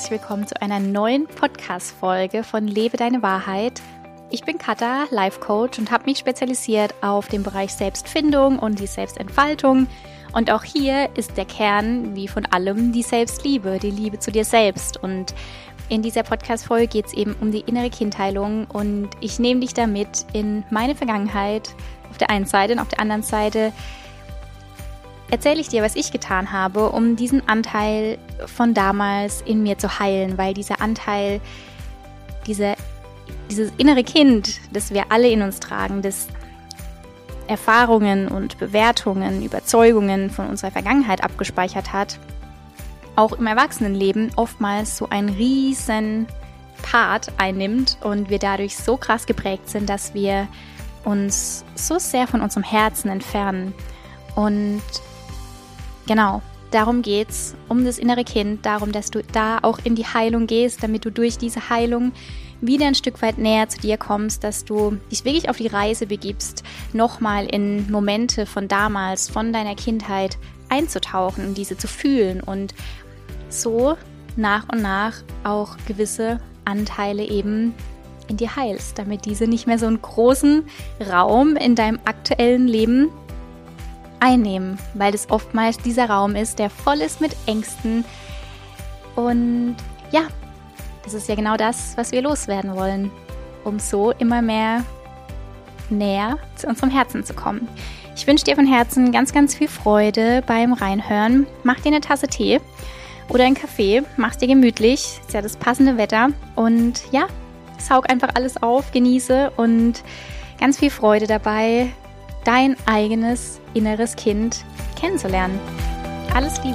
herzlich willkommen zu einer neuen Podcast-Folge von Lebe deine Wahrheit. Ich bin Katha, Life Coach und habe mich spezialisiert auf den Bereich Selbstfindung und die Selbstentfaltung. Und auch hier ist der Kern, wie von allem, die Selbstliebe, die Liebe zu dir selbst. Und in dieser Podcast-Folge geht es eben um die innere Kindheilung und ich nehme dich damit in meine Vergangenheit auf der einen Seite und auf der anderen Seite erzähle ich dir, was ich getan habe, um diesen Anteil von damals in mir zu heilen, weil dieser Anteil, dieses innere Kind, das wir alle in uns tragen, das Erfahrungen und Bewertungen, Überzeugungen von unserer Vergangenheit abgespeichert hat, auch im Erwachsenenleben oftmals so einen riesen Part einnimmt und wir dadurch so krass geprägt sind, dass wir uns so sehr von unserem Herzen entfernen. Und genau, darum geht's, um das innere Kind, darum, dass du da auch in die Heilung gehst, damit du durch diese Heilung wieder ein Stück weit näher zu dir kommst, dass du dich wirklich auf die Reise begibst, nochmal in Momente von damals, von deiner Kindheit einzutauchen, diese zu fühlen und so nach und nach auch gewisse Anteile eben in dir heilst, damit diese nicht mehr so einen großen Raum in deinem aktuellen Leben einnehmen, weil es oftmals dieser Raum ist, der voll ist mit Ängsten. Und ja, das ist ja genau das, was wir loswerden wollen, um so immer mehr näher zu unserem Herzen zu kommen. Ich wünsche dir von Herzen ganz, ganz viel Freude beim Reinhören. Mach dir eine Tasse Tee oder einen Kaffee, mach's dir gemütlich, ist ja das passende Wetter. Und ja, saug einfach alles auf, genieße und ganz viel Freude dabei, dein eigenes inneres Kind kennenzulernen. Alles Liebe!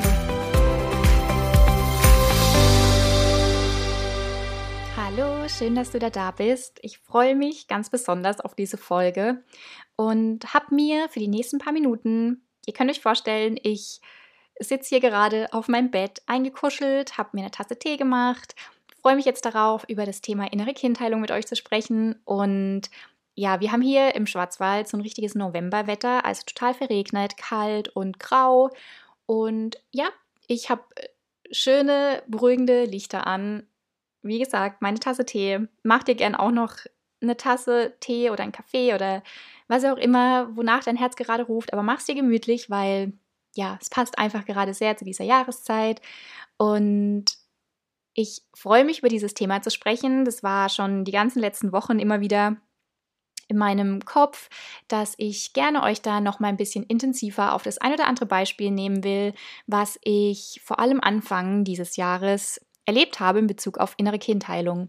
Hallo, schön, dass du da bist. Ich freue mich ganz besonders auf diese Folge und habe mir für die nächsten paar Minuten, ihr könnt euch vorstellen, ich sitze hier gerade auf meinem Bett eingekuschelt, habe mir eine Tasse Tee gemacht, freue mich jetzt darauf, über das Thema innere Kindheilung mit euch zu sprechen. Und ja, wir haben hier im Schwarzwald so ein richtiges Novemberwetter, also total verregnet, kalt und grau. Und ja, ich habe schöne, beruhigende Lichter an. Wie gesagt, meine Tasse Tee. Mach dir gern auch noch eine Tasse Tee oder einen Kaffee oder was auch immer, wonach dein Herz gerade ruft. Aber mach's dir gemütlich, weil ja, es passt einfach gerade sehr zu dieser Jahreszeit. Und ich freue mich, über dieses Thema zu sprechen. Das war schon die ganzen letzten Wochen immer wieder in meinem Kopf, dass ich gerne euch da noch mal ein bisschen intensiver auf das ein oder andere Beispiel nehmen will, was ich vor allem Anfang dieses Jahres erlebt habe in Bezug auf innere Kindheilung.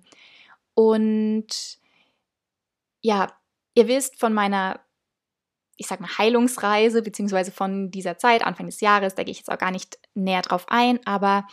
Und ja, ihr wisst von meiner, ich sag mal, Heilungsreise, beziehungsweise von dieser Zeit, Anfang des Jahres, da gehe ich jetzt auch gar nicht näher drauf ein, aber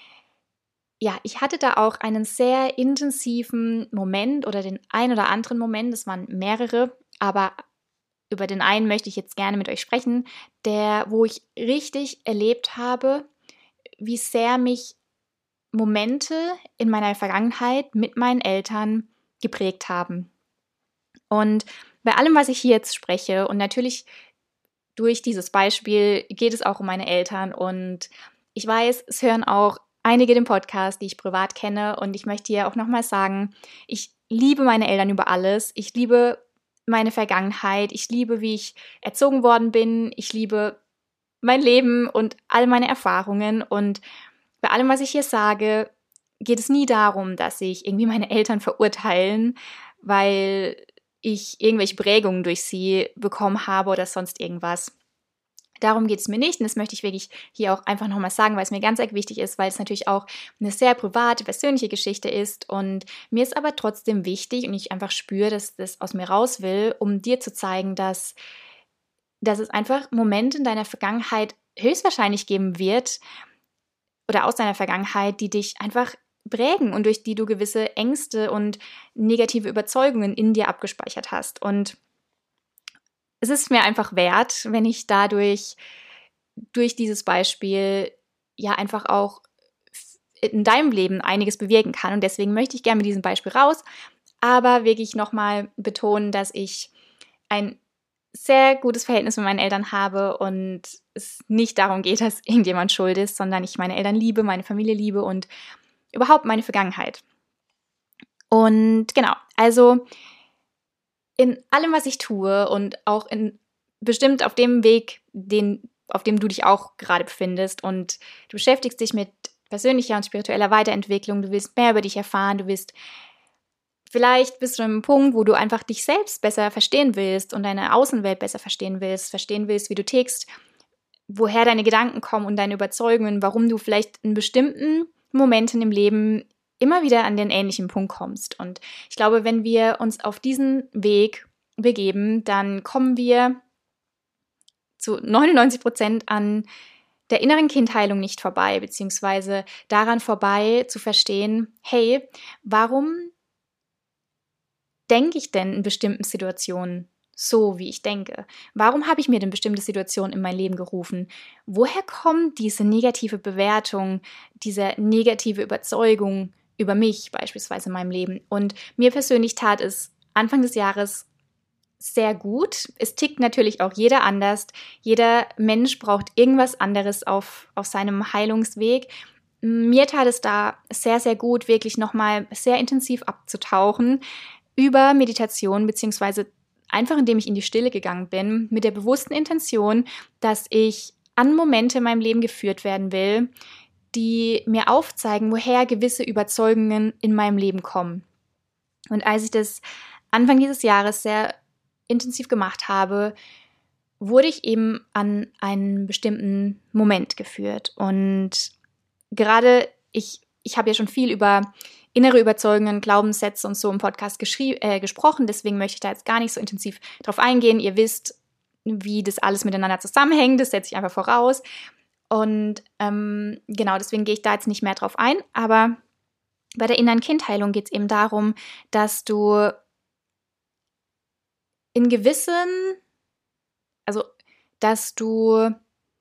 ja, ich hatte da auch einen sehr intensiven Moment oder den ein oder anderen Moment, das waren mehrere, aber über den einen möchte ich jetzt gerne mit euch sprechen, wo ich richtig erlebt habe, wie sehr mich Momente in meiner Vergangenheit mit meinen Eltern geprägt haben. Und bei allem, was ich hier jetzt spreche, und natürlich durch dieses Beispiel geht es auch um meine Eltern und ich weiß, es hören auch einige den Podcast, die ich privat kenne und ich möchte hier auch nochmal sagen, ich liebe meine Eltern über alles, ich liebe meine Vergangenheit, ich liebe, wie ich erzogen worden bin, ich liebe mein Leben und all meine Erfahrungen und bei allem, was ich hier sage, geht es nie darum, dass ich irgendwie meine Eltern verurteilen, weil ich irgendwelche Prägungen durch sie bekommen habe oder sonst irgendwas. Darum geht es mir nicht und das möchte ich wirklich hier auch einfach nochmal sagen, weil es mir ganz wichtig ist, weil es natürlich auch eine sehr private, persönliche Geschichte ist und mir ist aber trotzdem wichtig und ich einfach spüre, dass das aus mir raus will, um dir zu zeigen, dass es einfach Momente in deiner Vergangenheit höchstwahrscheinlich geben wird oder aus deiner Vergangenheit, die dich einfach prägen und durch die du gewisse Ängste und negative Überzeugungen in dir abgespeichert hast. Und es ist mir einfach wert, wenn ich dadurch, durch dieses Beispiel, ja einfach auch in deinem Leben einiges bewirken kann. Und deswegen möchte ich gerne mit diesem Beispiel raus, aber wirklich nochmal betonen, dass ich ein sehr gutes Verhältnis mit meinen Eltern habe und es nicht darum geht, dass irgendjemand schuld ist, sondern ich meine Eltern liebe, meine Familie liebe und überhaupt meine Vergangenheit. Und genau, also in allem, was ich tue und auch bestimmt auf dem Weg, auf dem du dich auch gerade befindest und du beschäftigst dich mit persönlicher und spiritueller Weiterentwicklung, du willst mehr über dich erfahren, vielleicht bist du an einem Punkt, wo du einfach dich selbst besser verstehen willst und deine Außenwelt besser verstehen willst, wie du tickst, woher deine Gedanken kommen und deine Überzeugungen, warum du vielleicht in bestimmten Momenten im Leben immer wieder an den ähnlichen Punkt kommst. Und ich glaube, wenn wir uns auf diesen Weg begeben, dann kommen wir zu 99% an der inneren Kindheilung nicht vorbei, beziehungsweise daran vorbei zu verstehen, hey, warum denke ich denn in bestimmten Situationen so, wie ich denke? Warum habe ich mir denn bestimmte Situationen in mein Leben gerufen? Woher kommt diese negative Bewertung, diese negative Überzeugung über mich beispielsweise in meinem Leben? Und mir persönlich tat es Anfang des Jahres sehr gut. Es tickt natürlich auch jeder anders. Jeder Mensch braucht irgendwas anderes auf seinem Heilungsweg. Mir tat es da sehr, sehr gut, wirklich nochmal sehr intensiv abzutauchen über Meditation, beziehungsweise einfach indem ich in die Stille gegangen bin, mit der bewussten Intention, dass ich an Momente in meinem Leben geführt werden will, die mir aufzeigen, woher gewisse Überzeugungen in meinem Leben kommen. Und als ich das Anfang dieses Jahres sehr intensiv gemacht habe, wurde ich eben an einen bestimmten Moment geführt. Und gerade ich habe ja schon viel über innere Überzeugungen, Glaubenssätze und so im Podcast gesprochen, deswegen möchte ich da jetzt gar nicht so intensiv drauf eingehen. Ihr wisst, wie das alles miteinander zusammenhängt, das setze ich einfach voraus. Und genau, deswegen gehe ich da jetzt nicht mehr drauf ein. Aber bei der inneren Kindheilung geht es eben darum, dass du dass du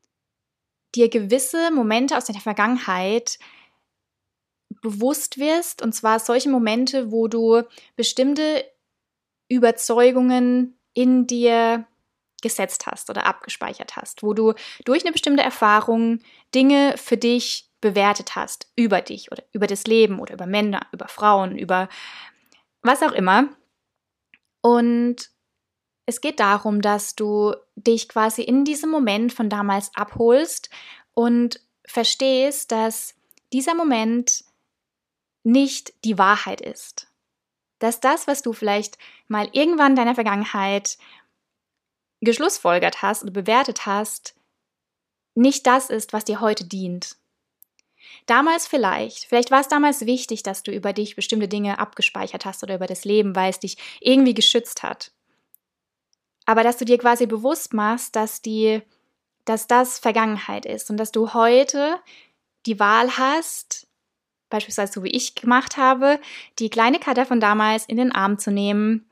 dir gewisse Momente aus deiner Vergangenheit bewusst wirst, und zwar solche Momente, wo du bestimmte Überzeugungen in dir gesetzt hast oder abgespeichert hast, wo du durch eine bestimmte Erfahrung Dinge für dich bewertet hast, über dich oder über das Leben oder über Männer, über Frauen, über was auch immer. Und es geht darum, dass du dich quasi in diesem Moment von damals abholst und verstehst, dass dieser Moment nicht die Wahrheit ist. Dass das, was du vielleicht mal irgendwann in deiner Vergangenheit geschlussfolgert hast oder bewertet hast, nicht das ist, was dir heute dient. Vielleicht war es damals wichtig, dass du über dich bestimmte Dinge abgespeichert hast oder über das Leben, weil es dich irgendwie geschützt hat. Aber dass du dir quasi bewusst machst, dass das Vergangenheit ist und dass du heute die Wahl hast, beispielsweise so wie ich gemacht habe, die kleine Katja von damals in den Arm zu nehmen,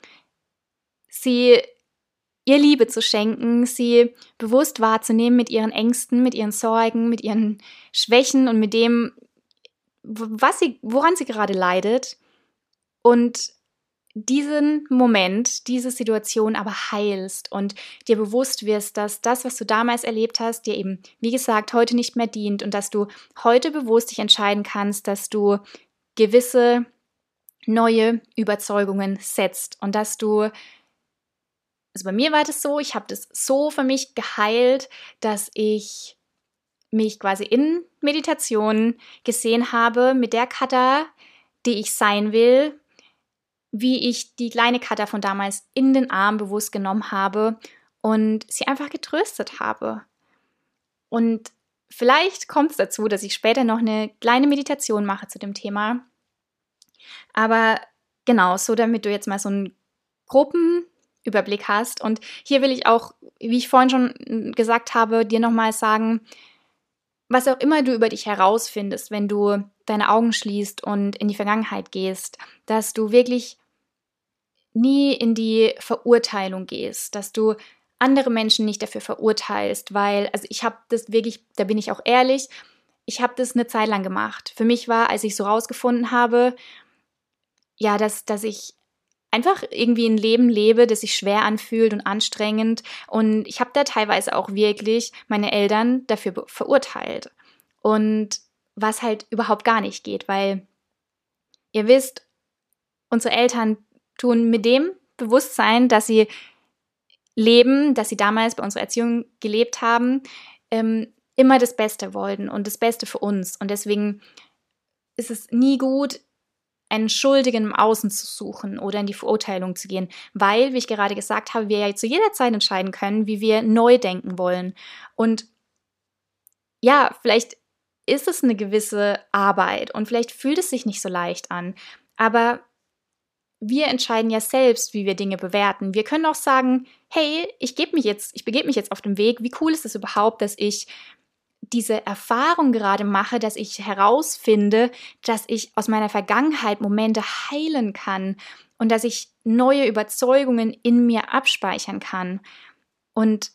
sie ihr Liebe zu schenken, sie bewusst wahrzunehmen mit ihren Ängsten, mit ihren Sorgen, mit ihren Schwächen und mit dem, woran sie gerade leidet, und diesen Moment, diese Situation aber heilst und dir bewusst wirst, dass das, was du damals erlebt hast, dir eben, wie gesagt, heute nicht mehr dient und dass du heute bewusst dich entscheiden kannst, dass du gewisse neue Überzeugungen setzt und dass du, also bei mir war das so, ich habe das so für mich geheilt, dass ich mich quasi in Meditation gesehen habe mit der Katja, die ich sein will, wie ich die kleine Katja von damals in den Arm bewusst genommen habe und sie einfach getröstet habe. Und vielleicht kommt es dazu, dass ich später noch eine kleine Meditation mache zu dem Thema. Aber genau, so damit du jetzt mal so einen groben Überblick hast. Und hier will ich auch, wie ich vorhin schon gesagt habe, dir nochmal sagen, was auch immer du über dich herausfindest, wenn du deine Augen schließt und in die Vergangenheit gehst, dass du wirklich nie in die Verurteilung gehst, dass du andere Menschen nicht dafür verurteilst, weil, also ich habe das wirklich, da bin ich auch ehrlich, ich habe das eine Zeit lang gemacht. Für mich war, als ich so rausgefunden habe, ja, dass ich einfach irgendwie ein Leben lebe, das sich schwer anfühlt und anstrengend, und ich habe da teilweise auch wirklich meine Eltern dafür verurteilt, und was halt überhaupt gar nicht geht, weil Ihr wisst, unsere Eltern tun mit dem Bewusstsein, dass sie leben, dass sie damals bei unserer Erziehung gelebt haben, immer das Beste wollten und das Beste für uns. Und deswegen ist es nie gut, einen Schuldigen im Außen zu suchen oder in die Verurteilung zu gehen, weil, wie ich gerade gesagt habe, wir ja zu jeder Zeit entscheiden können, wie wir neu denken wollen. Und ja, vielleicht ist es eine gewisse Arbeit und vielleicht fühlt es sich nicht so leicht an, aber wir entscheiden ja selbst, wie wir Dinge bewerten. Wir können auch sagen, hey, ich begebe mich jetzt auf den Weg. Wie cool ist es überhaupt, dass ich diese Erfahrung gerade mache, dass ich herausfinde, dass ich aus meiner Vergangenheit Momente heilen kann und dass ich neue Überzeugungen in mir abspeichern kann und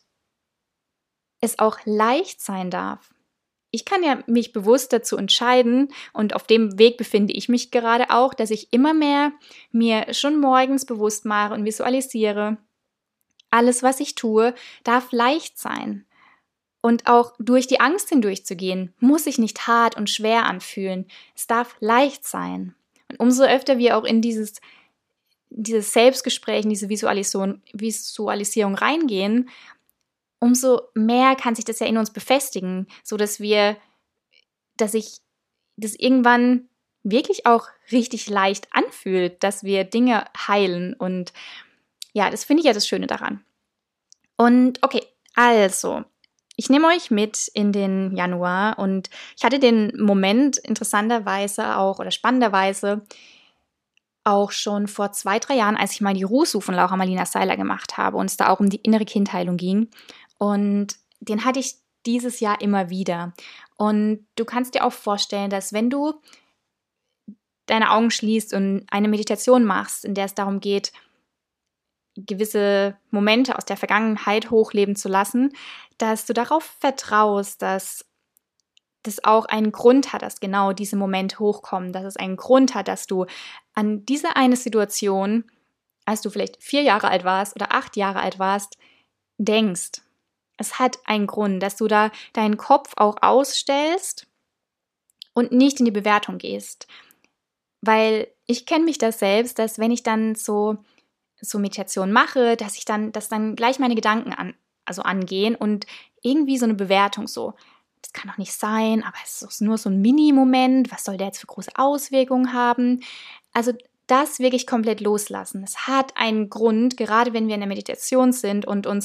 es auch leicht sein darf. Ich kann ja mich bewusst dazu entscheiden und auf dem Weg befinde ich mich gerade auch, dass ich immer mehr mir schon morgens bewusst mache und visualisiere, alles, was ich tue, darf leicht sein. Und auch durch die Angst hindurchzugehen, muss sich nicht hart und schwer anfühlen. Es darf leicht sein. Und umso öfter wir auch in dieses Selbstgespräch, in diese Visualisierung reingehen, umso mehr kann sich das ja in uns befestigen, sodass sich das irgendwann wirklich auch richtig leicht anfühlt, dass wir Dinge heilen. Und ja, das finde ich ja das Schöne daran. Und okay, also, ich nehme euch mit in den Januar und ich hatte den Moment interessanterweise auch oder spannenderweise auch schon vor 2-3 Jahren, als ich mal die Rusu von Laura Marlina Seiler gemacht habe und es da auch um die innere Kindheilung ging. Und den hatte ich dieses Jahr immer wieder. Und du kannst dir auch vorstellen, dass wenn du deine Augen schließt und eine Meditation machst, in der es darum geht, gewisse Momente aus der Vergangenheit hochleben zu lassen, dass du darauf vertraust, dass das auch einen Grund hat, dass genau diese Momente hochkommen, dass es einen Grund hat, dass du an diese eine Situation, als du vielleicht 4 Jahre alt warst oder 8 Jahre alt warst, denkst. Es hat einen Grund, dass du da deinen Kopf auch ausstellst und nicht in die Bewertung gehst. Weil ich kenne mich das selbst, dass wenn ich dann so Meditation mache, dass dann gleich meine Gedanken angehen und irgendwie so eine Bewertung so, das kann doch nicht sein, aber es ist nur so ein Mini-Moment, was soll der jetzt für große Auswirkungen haben? Also das wirklich komplett loslassen. Es hat einen Grund, gerade wenn wir in der Meditation sind und uns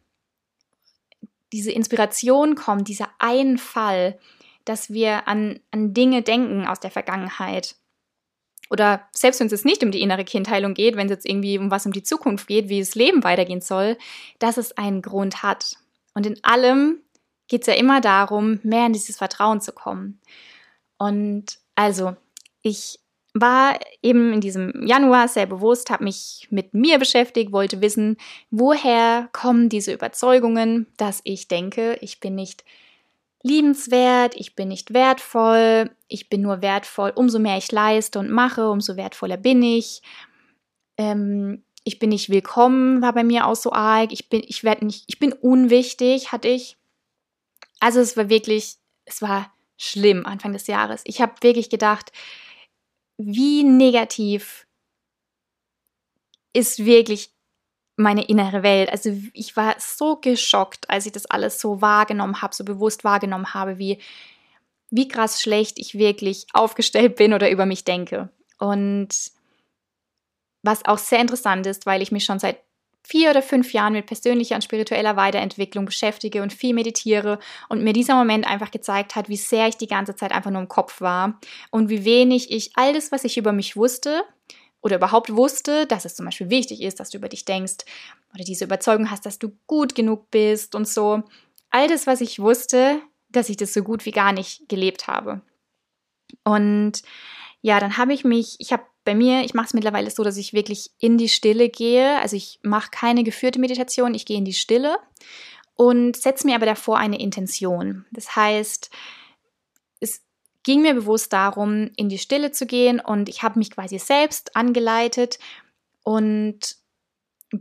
diese Inspiration kommt, dieser einen Fall, dass wir an Dinge denken aus der Vergangenheit. Oder selbst wenn es nicht um die innere Kindheilung geht, wenn es jetzt irgendwie um die Zukunft geht, wie das Leben weitergehen soll, dass es einen Grund hat. Und in allem geht es ja immer darum, mehr in dieses Vertrauen zu kommen. Und also, ich war eben in diesem Januar sehr bewusst, habe mich mit mir beschäftigt, wollte wissen, woher kommen diese Überzeugungen, dass ich denke, ich bin nicht liebenswert, ich bin nicht wertvoll, ich bin nur wertvoll, umso mehr ich leiste und mache, umso wertvoller bin ich. Ich bin nicht willkommen, war bei mir auch so arg. Ich bin unwichtig, hatte ich. Also es war schlimm Anfang des Jahres. Ich habe wirklich gedacht, wie negativ ist wirklich meine innere Welt. Also ich war so geschockt, als ich das alles so wahrgenommen habe, so bewusst wahrgenommen habe, wie krass schlecht ich wirklich aufgestellt bin oder über mich denke. Und was auch sehr interessant ist, weil ich mich schon seit 4 oder 5 Jahren mit persönlicher und spiritueller Weiterentwicklung beschäftige und viel meditiere und mir dieser Moment einfach gezeigt hat, wie sehr ich die ganze Zeit einfach nur im Kopf war und wie wenig ich all das, was ich über mich wusste oder überhaupt wusste, dass es zum Beispiel wichtig ist, dass du über dich denkst oder diese Überzeugung hast, dass du gut genug bist und so. All das, was ich wusste, dass ich das so gut wie gar nicht gelebt habe. Und ja, dann ich mache es mittlerweile so, dass ich wirklich in die Stille gehe. Also ich mache keine geführte Meditation, ich gehe in die Stille und setze mir aber davor eine Intention. Das heißt, es ging mir bewusst darum, in die Stille zu gehen und ich habe mich quasi selbst angeleitet und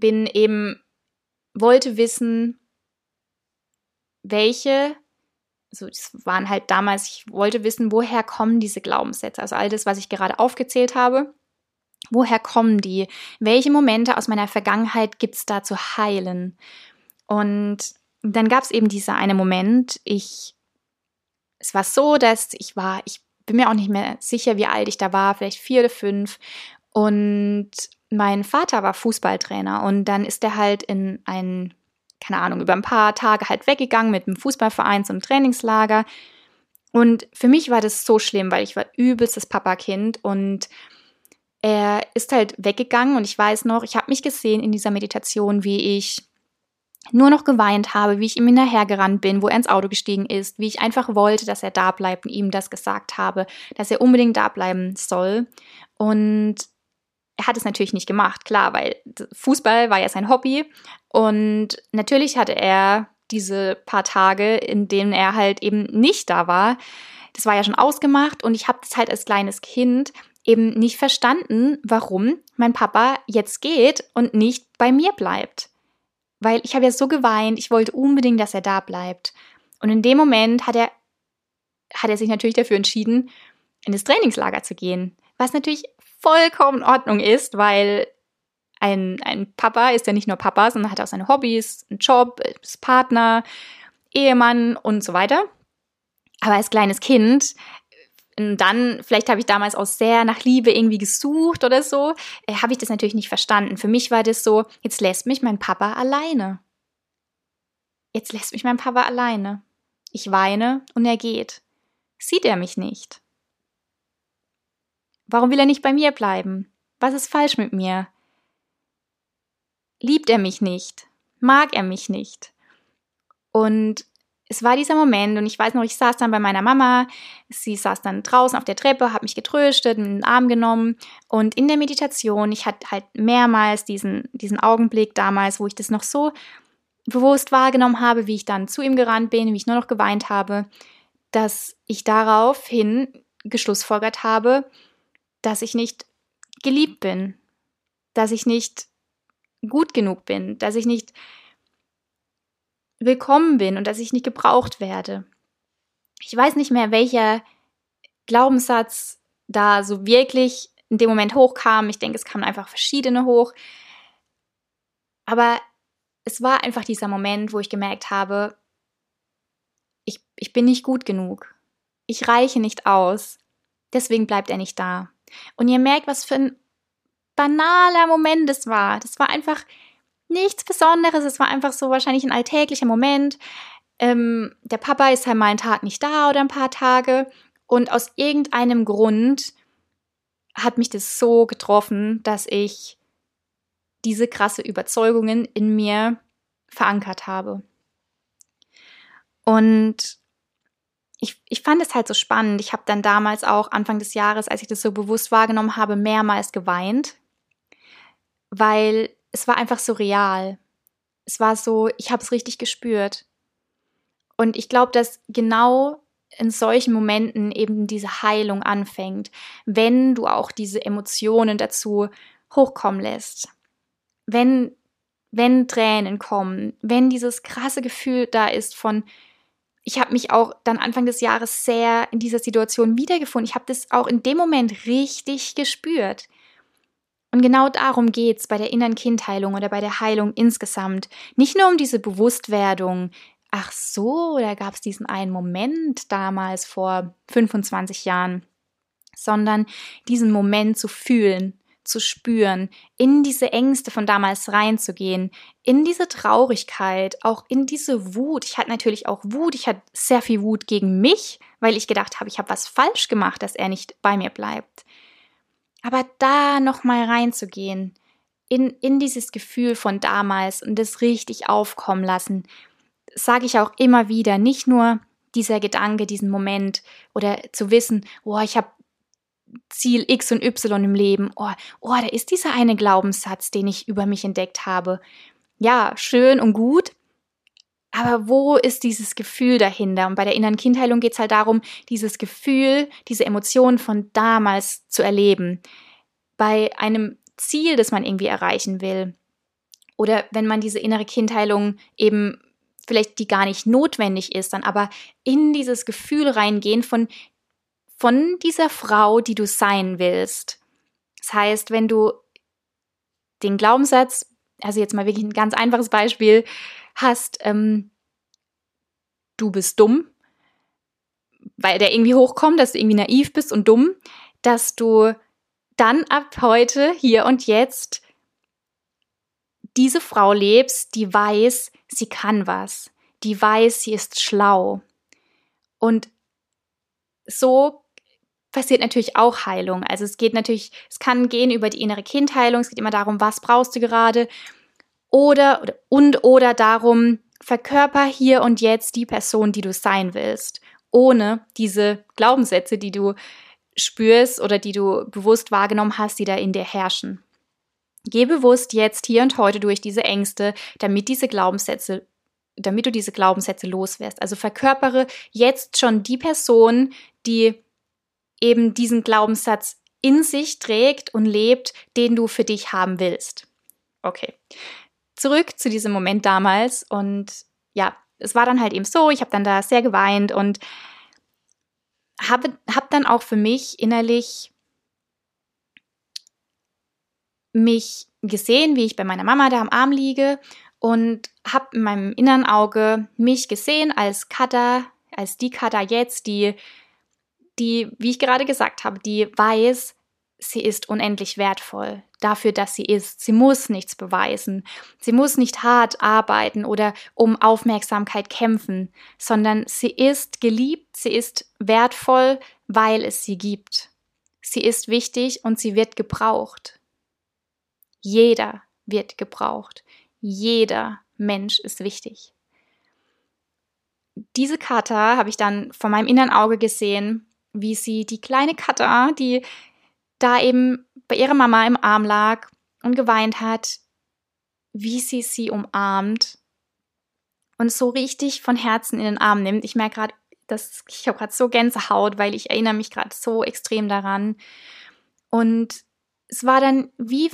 wollte wissen, welche so, das waren halt damals, ich wollte wissen, woher kommen diese Glaubenssätze? Also all das, was ich gerade aufgezählt habe, woher kommen die? Welche Momente aus meiner Vergangenheit gibt es da zu heilen? Und dann gab es eben dieser eine Moment, es war so, dass ich bin mir auch nicht mehr sicher, wie alt ich da war, vielleicht 4 oder 5. Und mein Vater war Fußballtrainer und dann ist er halt in keine Ahnung, über ein paar Tage halt weggegangen mit dem Fußballverein zum Trainingslager. Und für mich war das so schlimm, weil ich war übelst das Papakind und er ist halt weggegangen und ich weiß noch, ich habe mich gesehen in dieser Meditation, wie ich nur noch geweint habe, wie ich ihm hinterhergerannt bin, wo er ins Auto gestiegen ist, wie ich einfach wollte, dass er da bleibt und ihm das gesagt habe, dass er unbedingt da bleiben soll. Und er hat es natürlich nicht gemacht, klar, weil Fußball war ja sein Hobby und natürlich hatte er diese paar Tage, in denen er halt eben nicht da war, das war ja schon ausgemacht und ich habe das halt als kleines Kind eben nicht verstanden, warum mein Papa jetzt geht und nicht bei mir bleibt. Weil ich habe ja so geweint, ich wollte unbedingt, dass er da bleibt. Und in dem Moment hat er sich natürlich dafür entschieden, in das Trainingslager zu gehen. Was natürlich vollkommen in Ordnung ist, weil ein Papa ist ja nicht nur Papa, sondern hat auch seine Hobbys, einen Job, ist Partner, Ehemann und so weiter. Aber als kleines Kind, dann, vielleicht habe ich damals auch sehr nach Liebe irgendwie gesucht oder so, habe ich das natürlich nicht verstanden. Für mich war das so, jetzt lässt mich mein Papa alleine. Jetzt lässt mich mein Papa alleine. Ich weine und er geht. Sieht er mich nicht? Warum will er nicht bei mir bleiben? Was ist falsch mit mir? Liebt er mich nicht? Mag er mich nicht? Und es war dieser Moment und ich weiß noch, ich saß dann bei meiner Mama, sie saß dann draußen auf der Treppe, hat mich getröstet, in den Arm genommen und in der Meditation, ich hatte halt mehrmals diesen Augenblick damals, wo ich das noch so bewusst wahrgenommen habe, wie ich dann zu ihm gerannt bin, wie ich nur noch geweint habe, dass ich daraufhin geschlussfolgert habe, dass ich nicht geliebt bin, dass ich nicht gut genug bin, dass ich nicht willkommen bin und dass ich nicht gebraucht werde. Ich weiß nicht mehr, welcher Glaubenssatz da so wirklich in dem Moment hochkam. Ich denke, es kamen einfach verschiedene hoch. Aber es war einfach dieser Moment, wo ich gemerkt habe, ich bin nicht gut genug. Ich reiche nicht aus. Deswegen bleibt er nicht da. Und ihr merkt, was für ein banaler Moment es war. Das war einfach nichts Besonderes. Es war einfach so wahrscheinlich ein alltäglicher Moment. Der Papa ist halt mal einen Tag nicht da oder ein paar Tage. Und aus irgendeinem Grund hat mich das so getroffen, dass ich diese krasse Überzeugungen in mir verankert habe. Und ich fand es halt so spannend. Ich habe dann damals auch Anfang des Jahres, als ich das so bewusst wahrgenommen habe, mehrmals geweint, weil es war einfach so real. Es war so, ich habe es richtig gespürt. Und ich glaube, dass genau in solchen Momenten eben diese Heilung anfängt, wenn du auch diese Emotionen dazu hochkommen lässt. Wenn Tränen kommen, wenn dieses krasse Gefühl da ist von, ich habe mich auch dann Anfang des Jahres sehr in dieser Situation wiedergefunden. Ich habe das auch in dem Moment richtig gespürt. Und genau darum geht's bei der inneren Kindheilung oder bei der Heilung insgesamt. Nicht nur um diese Bewusstwerdung, ach so, da gab es diesen einen Moment damals vor 25 Jahren, sondern diesen Moment zu fühlen, zu spüren, in diese Ängste von damals reinzugehen, in diese Traurigkeit, auch in diese Wut. Ich hatte natürlich auch Wut, ich hatte sehr viel Wut gegen mich, weil ich gedacht habe, ich habe was falsch gemacht, dass er nicht bei mir bleibt. Aber da nochmal reinzugehen, in dieses Gefühl von damals und das richtig aufkommen lassen, sage ich auch immer wieder, nicht nur dieser Gedanke, diesen Moment oder zu wissen, oh, ich habe Ziel X und Y im Leben, da ist dieser eine Glaubenssatz, den ich über mich entdeckt habe. Ja, schön und gut, aber wo ist dieses Gefühl dahinter? Und bei der inneren Kindheilung geht es halt darum, dieses Gefühl, diese Emotionen von damals zu erleben. Bei einem Ziel, das man irgendwie erreichen will. Oder wenn man diese innere Kindheilung eben vielleicht die gar nicht notwendig ist, dann aber in dieses Gefühl reingehen von dieser Frau, die du sein willst. Das heißt, wenn du den Glaubenssatz, also jetzt mal wirklich ein ganz einfaches Beispiel, hast, du bist dumm, weil der irgendwie hochkommt, dass du irgendwie naiv bist und dumm, dass du dann ab heute, hier und jetzt, diese Frau lebst, die weiß, sie kann was, die weiß, sie ist schlau. Und so passiert natürlich auch Heilung. Also es kann gehen über die innere Kindheilung, es geht immer darum, was brauchst du gerade, oder darum, verkörper hier und jetzt die Person, die du sein willst, ohne diese Glaubenssätze, die du spürst oder die du bewusst wahrgenommen hast, die da in dir herrschen. Geh bewusst jetzt hier und heute durch diese Ängste, damit du diese Glaubenssätze loswirst. Also verkörpere jetzt schon die Person, die eben diesen Glaubenssatz in sich trägt und lebt, den du für dich haben willst. Okay, zurück zu diesem Moment damals. Und ja, es war dann halt eben so, ich habe dann da sehr geweint und habe dann auch für mich innerlich mich gesehen, wie ich bei meiner Mama da am Arm liege und habe in meinem inneren Auge mich gesehen als die Katha jetzt, die, wie ich gerade gesagt habe, die weiß, sie ist unendlich wertvoll dafür, dass sie ist. Sie muss nichts beweisen. Sie muss nicht hart arbeiten oder um Aufmerksamkeit kämpfen, sondern sie ist geliebt, sie ist wertvoll, weil es sie gibt. Sie ist wichtig und sie wird gebraucht. Jeder wird gebraucht. Jeder Mensch ist wichtig. Diese Katha habe ich dann vor meinem inneren Auge gesehen, wie sie die kleine Katha, die da eben bei ihrer Mama im Arm lag und geweint hat, wie sie umarmt und so richtig von Herzen in den Arm nimmt. Ich merke gerade, ich habe gerade so Gänsehaut, weil ich erinnere mich gerade so extrem daran. Und es war dann wie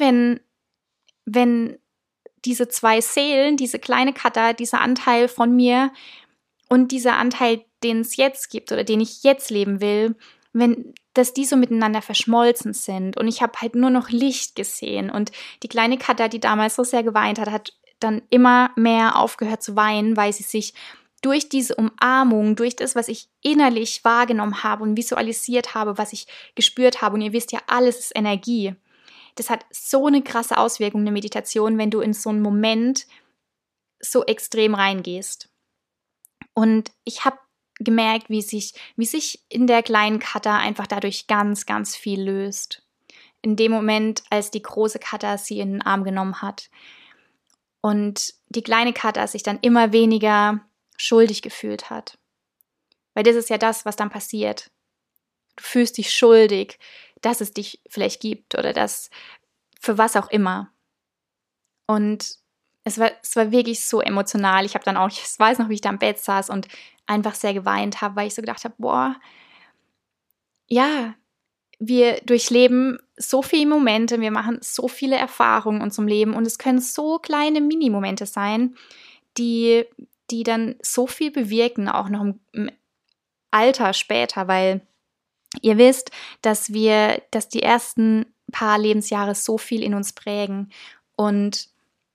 wenn diese zwei Seelen, diese kleine Katha, dieser Anteil von mir und dieser Anteil, den es jetzt gibt oder den ich jetzt leben will, dass die so miteinander verschmolzen sind. Und ich habe halt nur noch Licht gesehen. Und die kleine Katha, die damals so sehr geweint hat, hat dann immer mehr aufgehört zu weinen, weil sie sich durch diese Umarmung, durch das, was ich innerlich wahrgenommen habe und visualisiert habe, was ich gespürt habe, und ihr wisst ja, alles ist Energie. Das hat so eine krasse Auswirkung, eine Meditation, wenn du in so einen Moment so extrem reingehst. Und ich habe gemerkt, wie sich in der kleinen Katha einfach dadurch ganz, ganz viel löst. In dem Moment, als die große Katha sie in den Arm genommen hat. Und die kleine Katha sich dann immer weniger schuldig gefühlt hat. Weil das ist ja das, was dann passiert. Du fühlst dich schuldig, dass es dich vielleicht gibt oder das für was auch immer. Und es war wirklich so emotional. Ich weiß noch, wie ich da am Bett saß und einfach sehr geweint habe, weil ich so gedacht habe, boah, ja, wir durchleben so viele Momente, wir machen so viele Erfahrungen in unserem Leben und es können so kleine Mini-Momente sein, die dann so viel bewirken, auch noch im Alter später, weil ihr wisst, dass die ersten paar Lebensjahre so viel in uns prägen. Und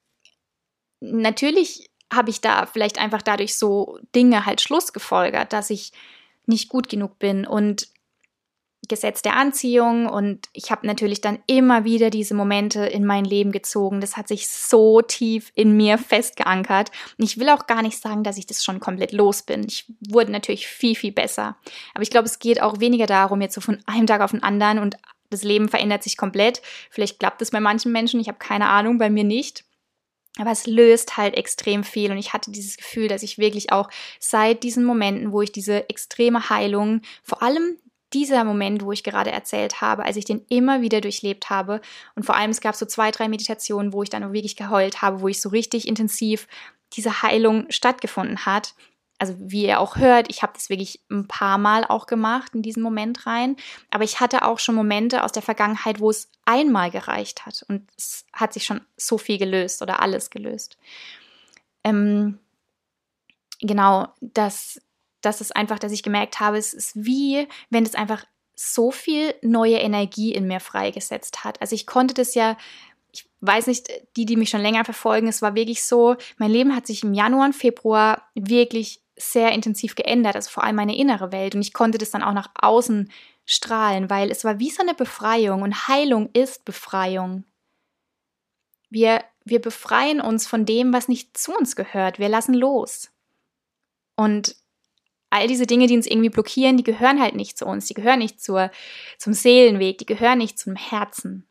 natürlich habe ich da vielleicht einfach dadurch so Dinge halt schlussgefolgert, dass ich nicht gut genug bin und Gesetz der Anziehung, und ich habe natürlich dann immer wieder diese Momente in mein Leben gezogen. Das hat sich so tief in mir festgeankert. Und ich will auch gar nicht sagen, dass ich das schon komplett los bin. Ich wurde natürlich viel, viel besser. Aber ich glaube, es geht auch weniger darum, jetzt so von einem Tag auf den anderen und das Leben verändert sich komplett. Vielleicht klappt es bei manchen Menschen, ich habe keine Ahnung, bei mir nicht. Aber es löst halt extrem viel, und ich hatte dieses Gefühl, dass ich wirklich auch seit diesen Momenten, wo ich diese extreme Heilung, vor allem dieser Moment, wo ich gerade erzählt habe, als ich den immer wieder durchlebt habe, und vor allem es gab so 2, 3 Meditationen, wo ich dann wirklich geheult habe, wo ich so richtig intensiv diese Heilung stattgefunden hat. Also wie ihr auch hört, ich habe das wirklich ein paar Mal auch gemacht in diesen Moment rein, aber ich hatte auch schon Momente aus der Vergangenheit, wo es einmal gereicht hat und es hat sich schon so viel gelöst oder alles gelöst. genau, das ist einfach, dass ich gemerkt habe, es ist wie, wenn es einfach so viel neue Energie in mir freigesetzt hat. Also ich konnte das ja, ich weiß nicht, die mich schon länger verfolgen, es war wirklich so, mein Leben hat sich im Januar und Februar wirklich sehr intensiv geändert, also vor allem meine innere Welt. Und ich konnte das dann auch nach außen strahlen, weil es war wie so eine Befreiung und Heilung ist Befreiung. Wir befreien uns von dem, was nicht zu uns gehört. Wir lassen los. Und all diese Dinge, die uns irgendwie blockieren, die gehören halt nicht zu uns. Die gehören nicht zum Seelenweg. Die gehören nicht zum Herzen.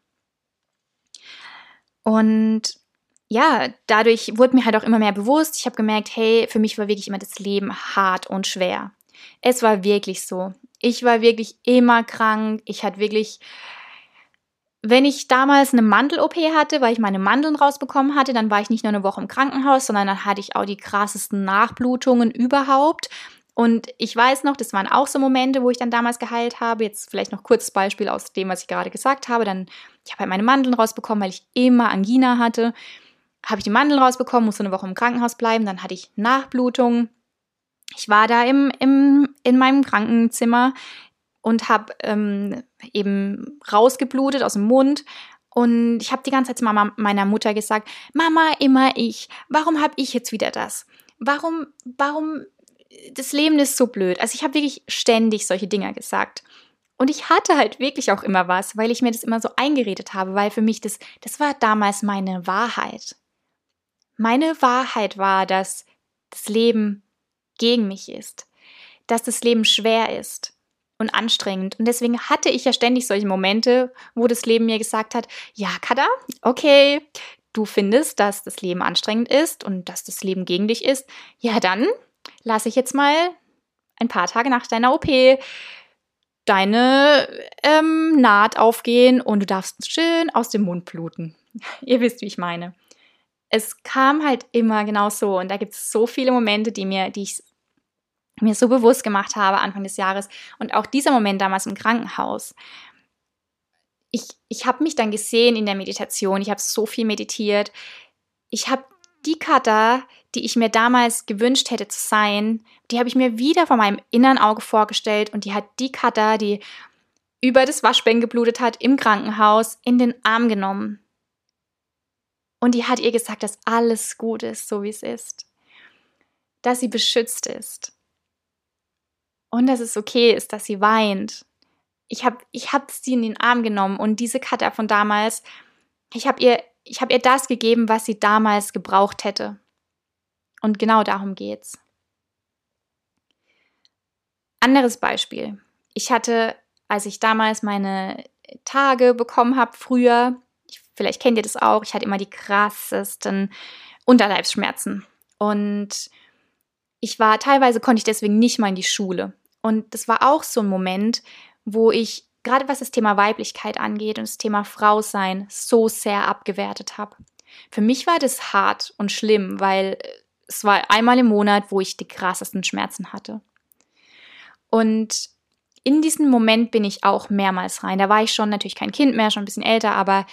Und ja, dadurch wurde mir halt auch immer mehr bewusst. Ich habe gemerkt, hey, für mich war wirklich immer das Leben hart und schwer. Es war wirklich so. Ich war wirklich immer krank. Ich hatte wirklich, wenn ich damals eine Mandel-OP hatte, weil ich meine Mandeln rausbekommen hatte, dann war ich nicht nur eine Woche im Krankenhaus, sondern dann hatte ich auch die krassesten Nachblutungen überhaupt. Und ich weiß noch, das waren auch so Momente, wo ich dann damals geheilt habe. Jetzt vielleicht noch kurzes Beispiel aus dem, was ich gerade gesagt habe. Ich habe halt meine Mandeln rausbekommen, weil ich immer Angina hatte. Habe ich die Mandeln rausbekommen, musste eine Woche im Krankenhaus bleiben. Dann hatte ich Nachblutung. Ich war da in meinem Krankenzimmer und habe eben rausgeblutet aus dem Mund. Und ich habe die ganze Zeit zu meiner Mutter gesagt, Mama, immer ich. Warum habe ich jetzt wieder das? Warum, das Leben ist so blöd. Also ich habe wirklich ständig solche Dinge gesagt. Und ich hatte halt wirklich auch immer was, weil ich mir das immer so eingeredet habe, weil für mich das war damals meine Wahrheit. Meine Wahrheit war, dass das Leben gegen mich ist, dass das Leben schwer ist und anstrengend. Und deswegen hatte ich ja ständig solche Momente, wo das Leben mir gesagt hat, ja, Kada, okay, du findest, dass das Leben anstrengend ist und dass das Leben gegen dich ist. Ja, dann lasse ich jetzt mal ein paar Tage nach deiner OP deine Naht aufgehen und du darfst schön aus dem Mund bluten. Ihr wisst, wie ich meine. Es kam halt immer genau so und da gibt es so viele Momente, die ich mir so bewusst gemacht habe Anfang des Jahres und auch dieser Moment damals im Krankenhaus. Ich habe mich dann gesehen in der Meditation, ich habe so viel meditiert. Ich habe die Kata, die ich mir damals gewünscht hätte zu sein, die habe ich mir wieder vor meinem inneren Auge vorgestellt und die hat die Kata, die über das Waschbecken geblutet hat im Krankenhaus, in den Arm genommen. Und die hat ihr gesagt, dass alles gut ist, so wie es ist. Dass sie beschützt ist. Und dass es okay ist, dass sie weint. Ich hab sie in den Arm genommen und diese Kata von damals, ich habe ihr das gegeben, was sie damals gebraucht hätte. Und genau darum geht's. Anderes Beispiel. Ich hatte, als ich damals meine Tage bekommen habe, früher, vielleicht kennt ihr das auch, ich hatte immer die krassesten Unterleibsschmerzen. Und teilweise konnte ich deswegen nicht mal in die Schule. Und das war auch so ein Moment, wo ich, gerade was das Thema Weiblichkeit angeht und das Thema Frausein, so sehr abgewertet habe. Für mich war das hart und schlimm, weil es war einmal im Monat, wo ich die krassesten Schmerzen hatte. Und in diesen Moment bin ich auch mehrmals rein. Da war ich schon natürlich kein Kind mehr, schon ein bisschen älter, aber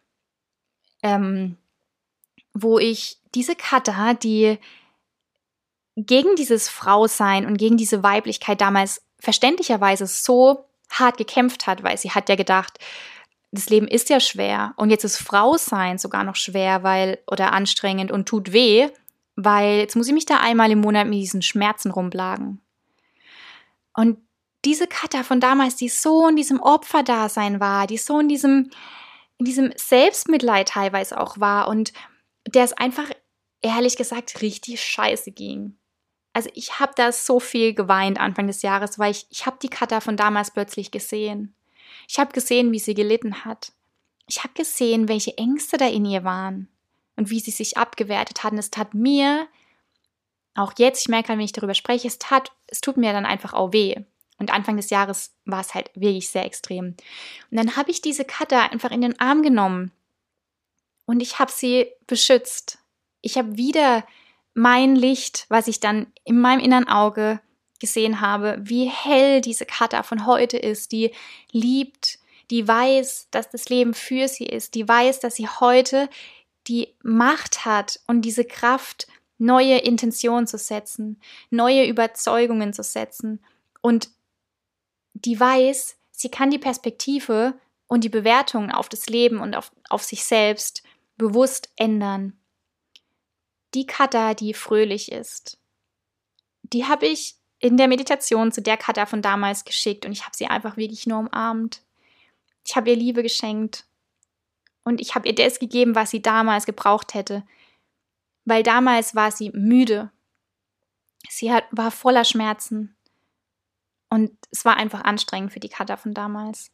wo ich diese Kata, die gegen dieses Frausein und gegen diese Weiblichkeit damals verständlicherweise so hart gekämpft hat, weil sie hat ja gedacht, das Leben ist ja schwer und jetzt ist Frausein sogar noch schwer, oder anstrengend und tut weh, weil jetzt muss ich mich da einmal im Monat mit diesen Schmerzen rumplagen. Und diese Kata von damals, die so in diesem Opferdasein war, die so in diesem Selbstmitleid teilweise auch war und der es einfach, ehrlich gesagt, richtig scheiße ging. Also ich habe da so viel geweint Anfang des Jahres, weil ich habe die Kata von damals plötzlich gesehen. Ich habe gesehen, wie sie gelitten hat. Ich habe gesehen, welche Ängste da in ihr waren und wie sie sich abgewertet hat. Und es tat mir, auch jetzt, ich merke halt, wenn ich darüber spreche, es tut mir dann einfach auch weh. Und Anfang des Jahres war es halt wirklich sehr extrem. Und dann habe ich diese Kata einfach in den Arm genommen und ich habe sie beschützt. Ich habe wieder mein Licht, was ich dann in meinem inneren Auge gesehen habe, wie hell diese Kata von heute ist, die liebt, die weiß, dass das Leben für sie ist, die weiß, dass sie heute die Macht hat und diese Kraft, neue Intentionen zu setzen, neue Überzeugungen zu setzen und die weiß, sie kann die Perspektive und die Bewertung auf das Leben und auf sich selbst bewusst ändern. Die Katha, die fröhlich ist, die habe ich in der Meditation zu der Katha von damals geschickt und ich habe sie einfach wirklich nur umarmt. Ich habe ihr Liebe geschenkt und ich habe ihr das gegeben, was sie damals gebraucht hätte, weil damals war sie müde. Sie war voller Schmerzen und es war einfach anstrengend für die Katha von damals.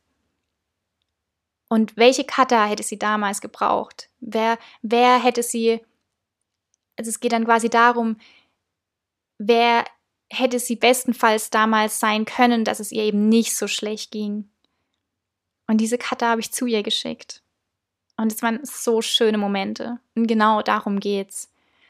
Und welche Katha hätte sie damals gebraucht? Wer hätte sie, also es geht dann quasi darum, wer hätte sie bestenfalls damals sein können, dass es ihr eben nicht so schlecht ging. Und diese Katha habe ich zu ihr geschickt. Und es waren so schöne Momente. Und genau darum geht's.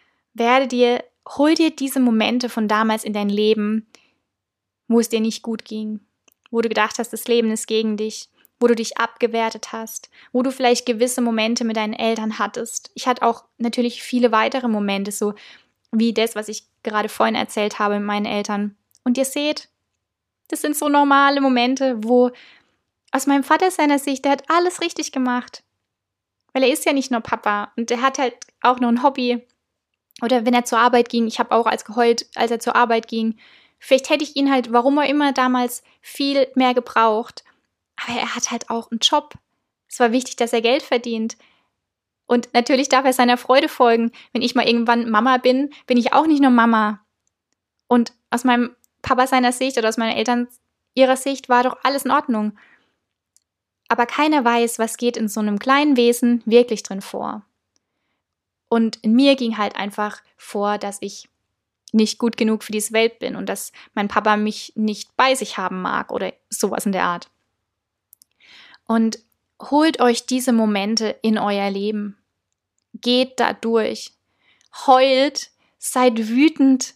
Hol dir diese Momente von damals in dein Leben, wo es dir nicht gut ging, wo du gedacht hast, das Leben ist gegen dich, wo du dich abgewertet hast, wo du vielleicht gewisse Momente mit deinen Eltern hattest. Ich hatte auch natürlich viele weitere Momente, so wie das, was ich gerade vorhin erzählt habe mit meinen Eltern. Und ihr seht, das sind so normale Momente, wo aus meinem Vater seiner Sicht, der hat alles richtig gemacht. Weil er ist ja nicht nur Papa und der hat halt auch noch ein Hobby. Oder wenn er zur Arbeit ging, ich habe auch geheult, als er zur Arbeit ging. Vielleicht hätte ich ihn halt, warum auch immer, damals viel mehr gebraucht. Aber er hat halt auch einen Job. Es war wichtig, dass er Geld verdient. Und natürlich darf er seiner Freude folgen. Wenn ich mal irgendwann Mama bin, bin ich auch nicht nur Mama. Und aus meinem Papa seiner Sicht oder aus meinen Eltern ihrer Sicht war doch alles in Ordnung. Aber keiner weiß, was geht in so einem kleinen Wesen wirklich drin vor. Und in mir ging halt einfach vor, dass ich nicht gut genug für diese Welt bin und dass mein Papa mich nicht bei sich haben mag oder sowas in der Art. Und holt euch diese Momente in euer Leben. Geht da durch. Heult, seid wütend.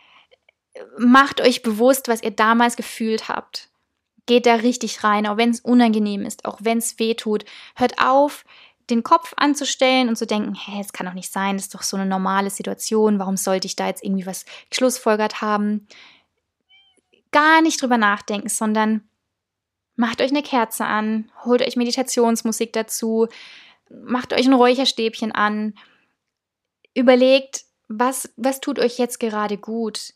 Macht euch bewusst, was ihr damals gefühlt habt. Geht da richtig rein, auch wenn es unangenehm ist, auch wenn es weh tut. Hört auf, den Kopf anzustellen und zu denken, hey, es kann doch nicht sein, das ist doch so eine normale Situation, warum sollte ich da jetzt irgendwie was geschlussfolgert haben? Gar nicht drüber nachdenken, sondern macht euch eine Kerze an, holt euch Meditationsmusik dazu, macht euch ein Räucherstäbchen an, überlegt, was tut euch jetzt gerade gut?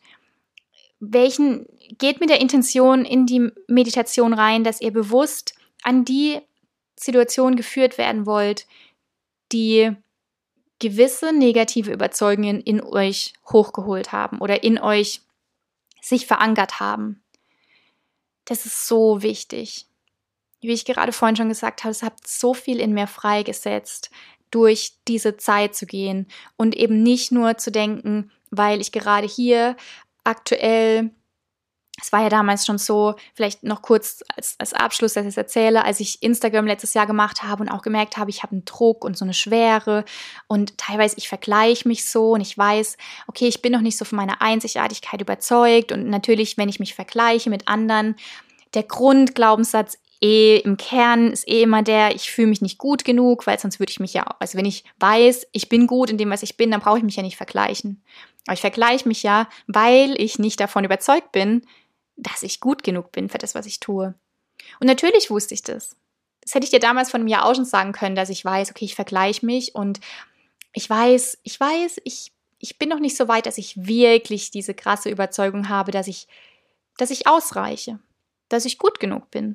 Geht mit der Intention in die Meditation rein, dass ihr bewusst an die Situation geführt werden wollt, die gewisse negative Überzeugungen in euch hochgeholt haben oder in euch sich verankert haben. Das ist so wichtig. Wie ich gerade vorhin schon gesagt habe, es hat so viel in mir freigesetzt, durch diese Zeit zu gehen und eben nicht nur zu denken, weil ich gerade hier aktuell, es war ja damals schon so, vielleicht noch kurz als Abschluss, dass ich es erzähle, als ich Instagram letztes Jahr gemacht habe und auch gemerkt habe, ich habe einen Druck und so eine Schwere und teilweise ich vergleiche mich so und ich weiß, okay, ich bin noch nicht so von meiner Einzigartigkeit überzeugt und natürlich, wenn ich mich vergleiche mit anderen, der Grundglaubenssatz im Kern ist immer ich fühle mich nicht gut genug, weil sonst würde ich mich ja, also wenn ich weiß, ich bin gut in dem, was ich bin, dann brauche ich mich ja nicht vergleichen. Aber ich vergleiche mich ja, weil ich nicht davon überzeugt bin, dass ich gut genug bin für das, was ich tue. Und natürlich wusste ich das. Das hätte ich dir damals von einem Jahr auch schon sagen können, dass ich weiß, okay, ich vergleiche mich und ich bin noch nicht so weit, dass ich wirklich diese krasse Überzeugung habe, dass ich ausreiche, dass ich gut genug bin.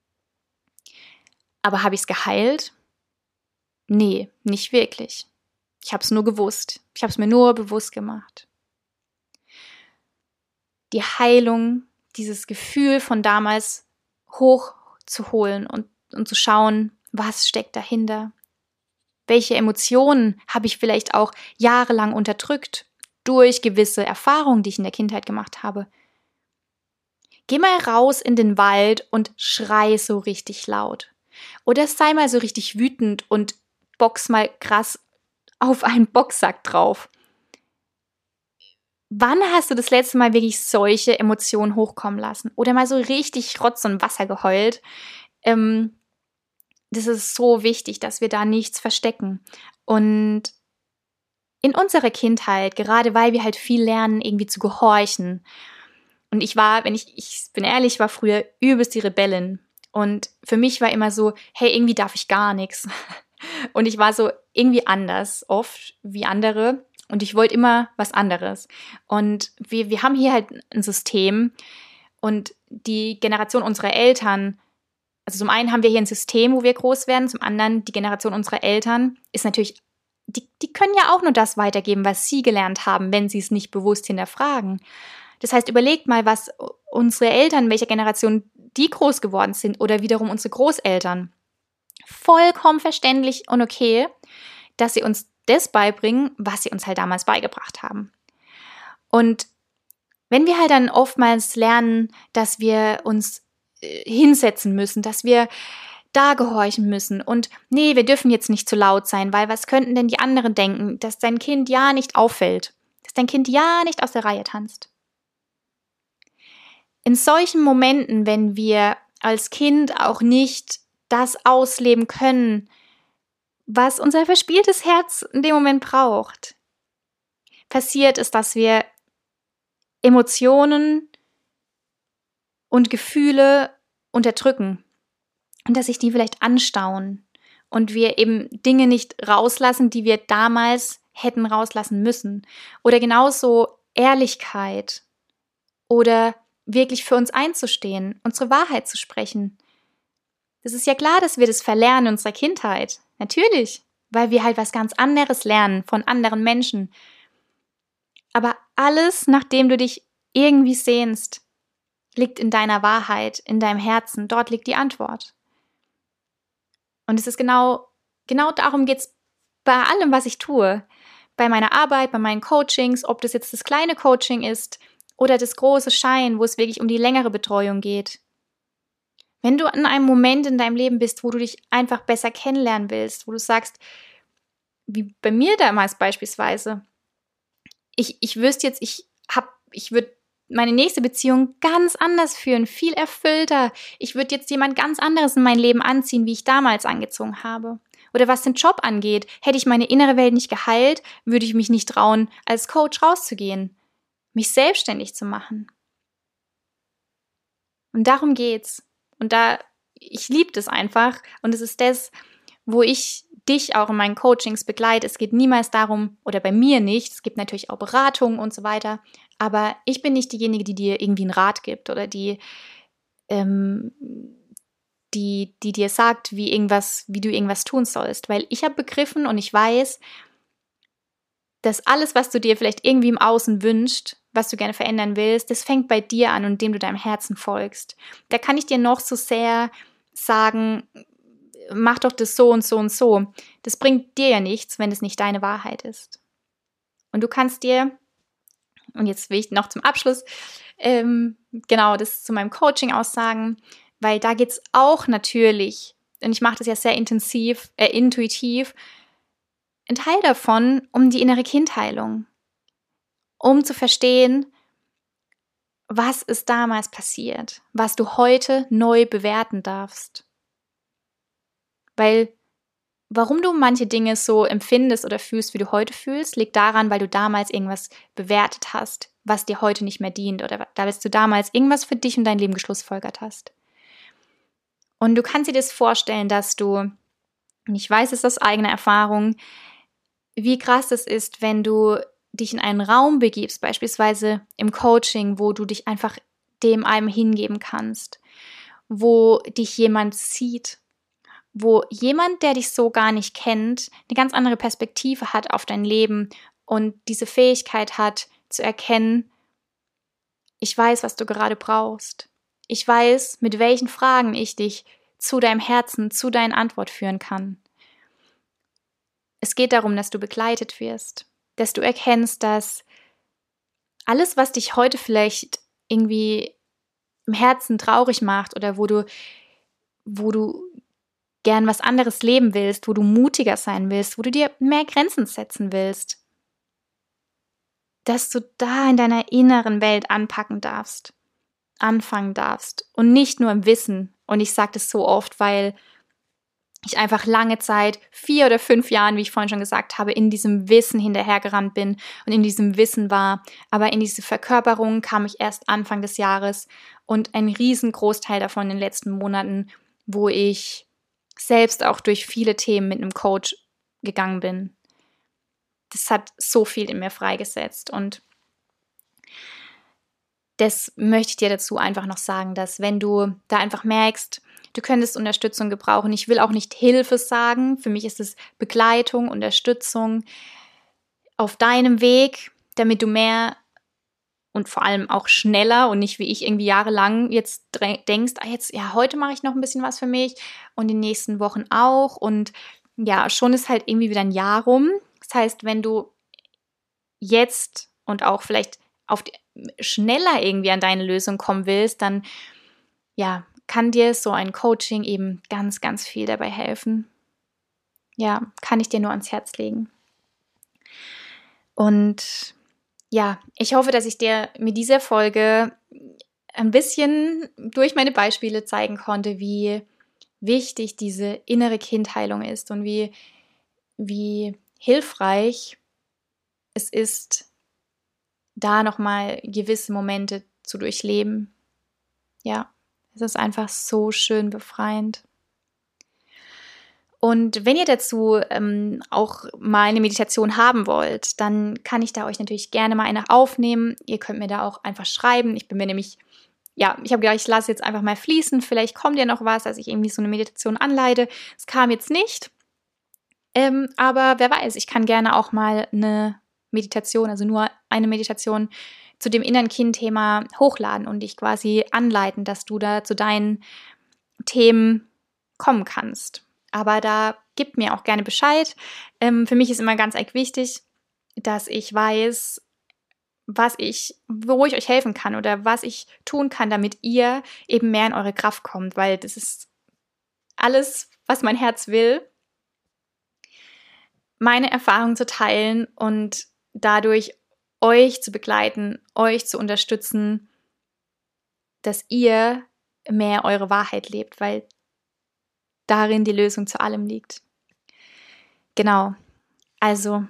Aber habe ich es geheilt? Nee, nicht wirklich. Ich habe es nur gewusst. Ich habe es mir nur bewusst gemacht. Die Heilung, dieses Gefühl von damals hochzuholen und zu schauen, was steckt dahinter. Welche Emotionen habe ich vielleicht auch jahrelang unterdrückt durch gewisse Erfahrungen, die ich in der Kindheit gemacht habe. Geh mal raus in den Wald und schrei so richtig laut. Oder sei mal so richtig wütend und box mal krass auf einen Boxsack drauf. Wann hast du das letzte Mal wirklich solche Emotionen hochkommen lassen? Oder mal so richtig Rotz und Wasser geheult? Das ist so wichtig, dass wir da nichts verstecken. Und in unserer Kindheit, gerade weil wir halt viel lernen, irgendwie zu gehorchen. Und ich bin ehrlich, war früher übelst die Rebellin. Und für mich war immer so, hey, irgendwie darf ich gar nichts. Und ich war so irgendwie anders, oft wie andere. Und ich wollte immer was anderes. Und wir haben hier halt ein System und die Generation unserer Eltern, also zum einen haben wir hier ein System, wo wir groß werden, zum anderen die Generation unserer Eltern ist natürlich, die können ja auch nur das weitergeben, was sie gelernt haben, wenn sie es nicht bewusst hinterfragen. Das heißt, überlegt mal, was unsere Eltern, in welcher Generation die groß geworden sind oder wiederum unsere Großeltern. Vollkommen verständlich und okay, dass sie uns das beibringen, was sie uns halt damals beigebracht haben. Und wenn wir halt dann oftmals lernen, dass wir uns hinsetzen müssen, dass wir da gehorchen müssen und nee, wir dürfen jetzt nicht zu laut sein, weil was könnten denn die anderen denken, dass dein Kind ja nicht auffällt, dass dein Kind ja nicht aus der Reihe tanzt. In solchen Momenten, wenn wir als Kind auch nicht das ausleben können, was unser verspieltes Herz in dem Moment braucht, passiert es, dass wir Emotionen und Gefühle unterdrücken und dass sich die vielleicht anstauen und wir eben Dinge nicht rauslassen, die wir damals hätten rauslassen müssen. Oder genauso Ehrlichkeit oder wirklich für uns einzustehen, unsere Wahrheit zu sprechen. Das ist ja klar, dass wir das verlernen in unserer Kindheit. Natürlich, weil wir halt was ganz anderes lernen von anderen Menschen. Aber alles, nachdem du dich irgendwie sehnst, liegt in deiner Wahrheit, in deinem Herzen. Dort liegt die Antwort. Und es ist genau darum geht es bei allem, was ich tue. Bei meiner Arbeit, bei meinen Coachings, ob das jetzt das kleine Coaching ist oder das große Schein, wo es wirklich um die längere Betreuung geht. Wenn du in einem Moment in deinem Leben bist, wo du dich einfach besser kennenlernen willst, wo du sagst, wie bei mir damals beispielsweise, ich wüsste jetzt, ich würde meine nächste Beziehung ganz anders führen, viel erfüllter. Ich würde jetzt jemand ganz anderes in mein Leben anziehen, wie ich damals angezogen habe. Oder was den Job angeht, hätte ich meine innere Welt nicht geheilt, würde ich mich nicht trauen, als Coach rauszugehen, mich selbstständig zu machen. Und darum geht's. Und ich liebe das einfach. Und es ist das, wo ich dich auch in meinen Coachings begleite. Es geht niemals darum, oder bei mir nicht, es gibt natürlich auch Beratungen und so weiter, aber ich bin nicht diejenige, die dir irgendwie einen Rat gibt oder die dir sagt, wie du irgendwas tun sollst. Weil ich habe begriffen und ich weiß, dass alles, was du dir vielleicht irgendwie im Außen wünschst, was du gerne verändern willst, das fängt bei dir an, indem du deinem Herzen folgst. Da kann ich dir noch so sehr sagen, mach doch das so und so und so. Das bringt dir ja nichts, wenn es nicht deine Wahrheit ist. Und du kannst dir, und jetzt will ich noch zum Abschluss, genau das zu meinem Coaching aussagen, weil da geht es auch natürlich, und ich mache das ja sehr intuitiv, ein Teil davon um die innere Kindheilung, um zu verstehen, was ist damals passiert, was du heute neu bewerten darfst. Weil, warum du manche Dinge so empfindest oder fühlst, wie du heute fühlst, liegt daran, weil du damals irgendwas bewertet hast, was dir heute nicht mehr dient oder da du damals irgendwas für dich und dein Leben geschlussfolgert hast. Und du kannst dir das vorstellen, dass du, und ich weiß es aus eigener Erfahrung, wie krass es ist, wenn du dich in einen Raum begibst, beispielsweise im Coaching, wo du dich einfach dem einem hingeben kannst, wo dich jemand sieht, wo jemand, der dich so gar nicht kennt, eine ganz andere Perspektive hat auf dein Leben und diese Fähigkeit hat, zu erkennen, ich weiß, was du gerade brauchst. Ich weiß, mit welchen Fragen ich dich zu deinem Herzen, zu deiner Antwort führen kann. Es geht darum, dass du begleitet wirst, dass du erkennst, dass alles, was dich heute vielleicht irgendwie im Herzen traurig macht oder wo du gern was anderes leben willst, wo du mutiger sein willst, wo du dir mehr Grenzen setzen willst, dass du da in deiner inneren Welt anfangen darfst und nicht nur im Wissen. Und ich sage das so oft, weil ich einfach lange Zeit, 4 oder 5 Jahren, wie ich vorhin schon gesagt habe, in diesem Wissen hinterhergerannt bin und in diesem Wissen war. Aber in diese Verkörperung kam ich erst Anfang des Jahres und ein riesen Großteil davon in den letzten Monaten, wo ich selbst auch durch viele Themen mit einem Coach gegangen bin. Das hat so viel in mir freigesetzt und das möchte ich dir dazu einfach noch sagen, dass wenn du da einfach merkst, du könntest Unterstützung gebrauchen. Ich will auch nicht Hilfe sagen. Für mich ist es Begleitung, Unterstützung auf deinem Weg, damit du mehr und vor allem auch schneller und nicht wie ich irgendwie jahrelang jetzt denkst, heute mache ich noch ein bisschen was für mich und in den nächsten Wochen auch. Und ja, schon ist halt irgendwie wieder ein Jahr rum. Das heißt, wenn du jetzt und auch vielleicht schneller irgendwie an deine Lösung kommen willst, dann ja, kann dir so ein Coaching eben ganz, ganz viel dabei helfen. Ja, kann ich dir nur ans Herz legen. Und ja, ich hoffe, dass ich dir mit dieser Folge ein bisschen durch meine Beispiele zeigen konnte, wie wichtig diese innere Kindheilung ist und wie hilfreich es ist, da nochmal gewisse Momente zu durchleben. Ja, es ist einfach so schön befreiend. Und wenn ihr dazu auch mal eine Meditation haben wollt, dann kann ich da euch natürlich gerne mal eine aufnehmen. Ihr könnt mir da auch einfach schreiben. Ich bin mir nämlich, ja, ich habe gedacht, ich lasse jetzt einfach mal fließen. Vielleicht kommt ja noch was, dass ich irgendwie so eine Meditation anleite. Es kam jetzt nicht. Aber wer weiß, ich kann gerne auch mal eine Meditation, also nur eine Meditation zu dem inneren Kind-Thema hochladen und dich quasi anleiten, dass du da zu deinen Themen kommen kannst. Aber da gib mir auch gerne Bescheid. Für mich ist immer ganz wichtig, dass ich weiß, wo ich euch helfen kann oder was ich tun kann, damit ihr eben mehr in eure Kraft kommt, weil das ist alles, was mein Herz will, meine Erfahrungen zu teilen und dadurch euch zu begleiten, euch zu unterstützen, dass ihr mehr eure Wahrheit lebt, weil darin die Lösung zu allem liegt. Genau, also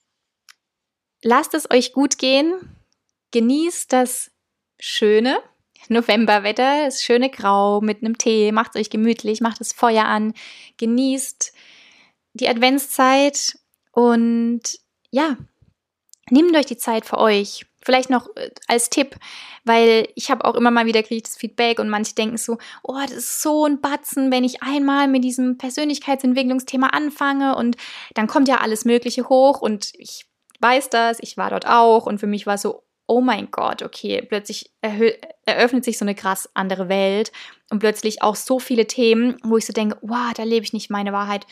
lasst es euch gut gehen, genießt das schöne Novemberwetter, das schöne Grau mit einem Tee, macht es euch gemütlich, macht das Feuer an, genießt die Adventszeit und ja, nehmt euch die Zeit für euch. Vielleicht noch als Tipp, weil ich habe auch immer mal wieder kriege ich das Feedback und manche denken so, oh, das ist so ein Batzen, wenn ich einmal mit diesem Persönlichkeitsentwicklungsthema anfange und dann kommt ja alles Mögliche hoch und ich weiß das, ich war dort auch und für mich war so, oh mein Gott, okay, plötzlich eröffnet sich so eine krass andere Welt und plötzlich auch so viele Themen, wo ich so denke, wow, da lebe ich nicht meine Wahrheit,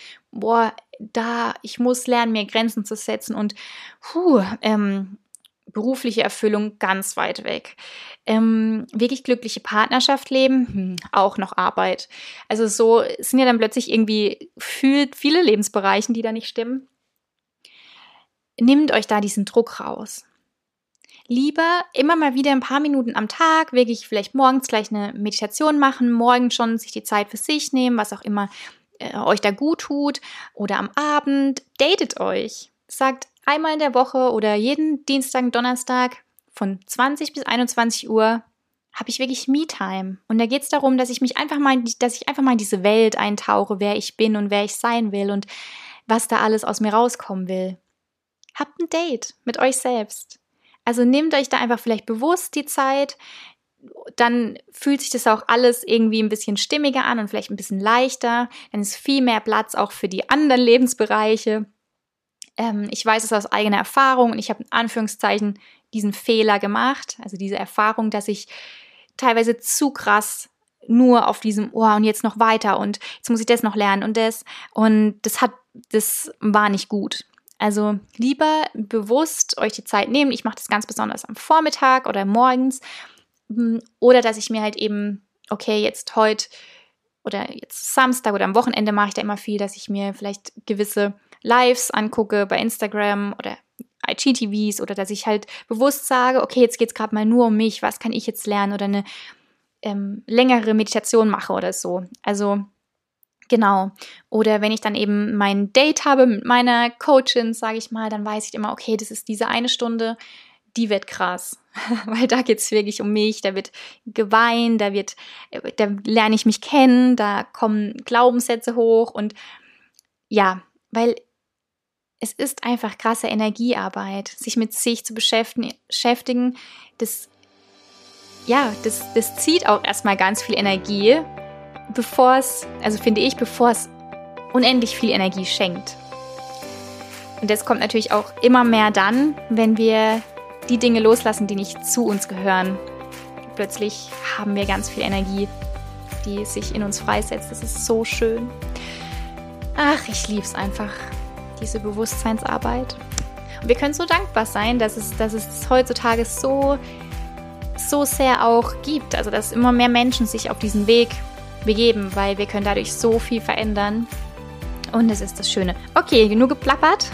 ich muss lernen, mir Grenzen zu setzen und berufliche Erfüllung ganz weit weg. Wirklich glückliche Partnerschaft leben, auch noch Arbeit. Also so sind ja dann plötzlich irgendwie viele Lebensbereiche, die da nicht stimmen. Nehmt euch da diesen Druck raus. Lieber immer mal wieder ein paar Minuten am Tag, wirklich vielleicht morgens gleich eine Meditation machen, morgen schon sich die Zeit für sich nehmen, was auch immer euch da gut tut oder am Abend, datet euch. Sagt einmal in der Woche oder jeden Dienstag, Donnerstag von 20 bis 21 Uhr habe ich wirklich Me-Time. Und da geht es darum, dass ich einfach mal in diese Welt eintauche, wer ich bin und wer ich sein will und was da alles aus mir rauskommen will. Habt ein Date mit euch selbst. Also nehmt euch da einfach vielleicht bewusst die Zeit, dann fühlt sich das auch alles irgendwie ein bisschen stimmiger an und vielleicht ein bisschen leichter. Dann ist viel mehr Platz auch für die anderen Lebensbereiche. Ich weiß es aus eigener Erfahrung und ich habe in Anführungszeichen diesen Fehler gemacht, also diese Erfahrung, dass ich teilweise zu krass nur auf diesem, und jetzt noch weiter und jetzt muss ich das noch lernen und das war nicht gut. Also lieber bewusst euch die Zeit nehmen. Ich mache das ganz besonders am Vormittag oder morgens oder dass ich mir halt eben, okay, jetzt heute oder jetzt Samstag oder am Wochenende mache ich da immer viel, dass ich mir vielleicht gewisse Lives angucke bei Instagram oder IGTVs oder dass ich halt bewusst sage, okay, jetzt geht es gerade mal nur um mich, was kann ich jetzt lernen oder eine längere Meditation mache oder so. Also Genau. Oder wenn ich dann eben mein Date habe mit meiner Coachin, sage ich mal, dann weiß ich immer, okay, das ist diese eine Stunde, die wird krass. Weil da geht es wirklich um mich, da wird geweint, da lerne ich mich kennen, da kommen Glaubenssätze hoch und ja, weil es ist einfach krasse Energiearbeit, sich mit sich zu beschäftigen, das zieht auch erstmal ganz viel Energie, bevor es unendlich viel Energie schenkt. Und das kommt natürlich auch immer mehr dann, wenn wir die Dinge loslassen, die nicht zu uns gehören. Plötzlich haben wir ganz viel Energie, die sich in uns freisetzt. Das ist so schön. Ach, ich liebe es einfach, diese Bewusstseinsarbeit. Und wir können so dankbar sein, dass es heutzutage so sehr auch gibt. Also, dass immer mehr Menschen sich auf diesen Weg begeben, weil wir können dadurch so viel verändern. Und es ist das Schöne. Okay, genug geplappert.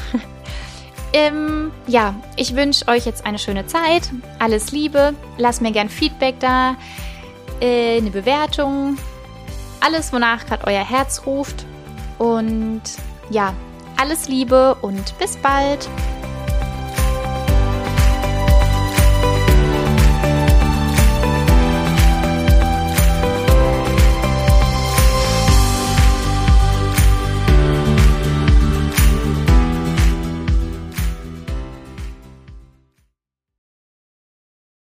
Ich wünsche euch jetzt eine schöne Zeit. Alles Liebe. Lasst mir gern Feedback da. Eine Bewertung. Alles, wonach gerade euer Herz ruft. Und ja, alles Liebe und bis bald.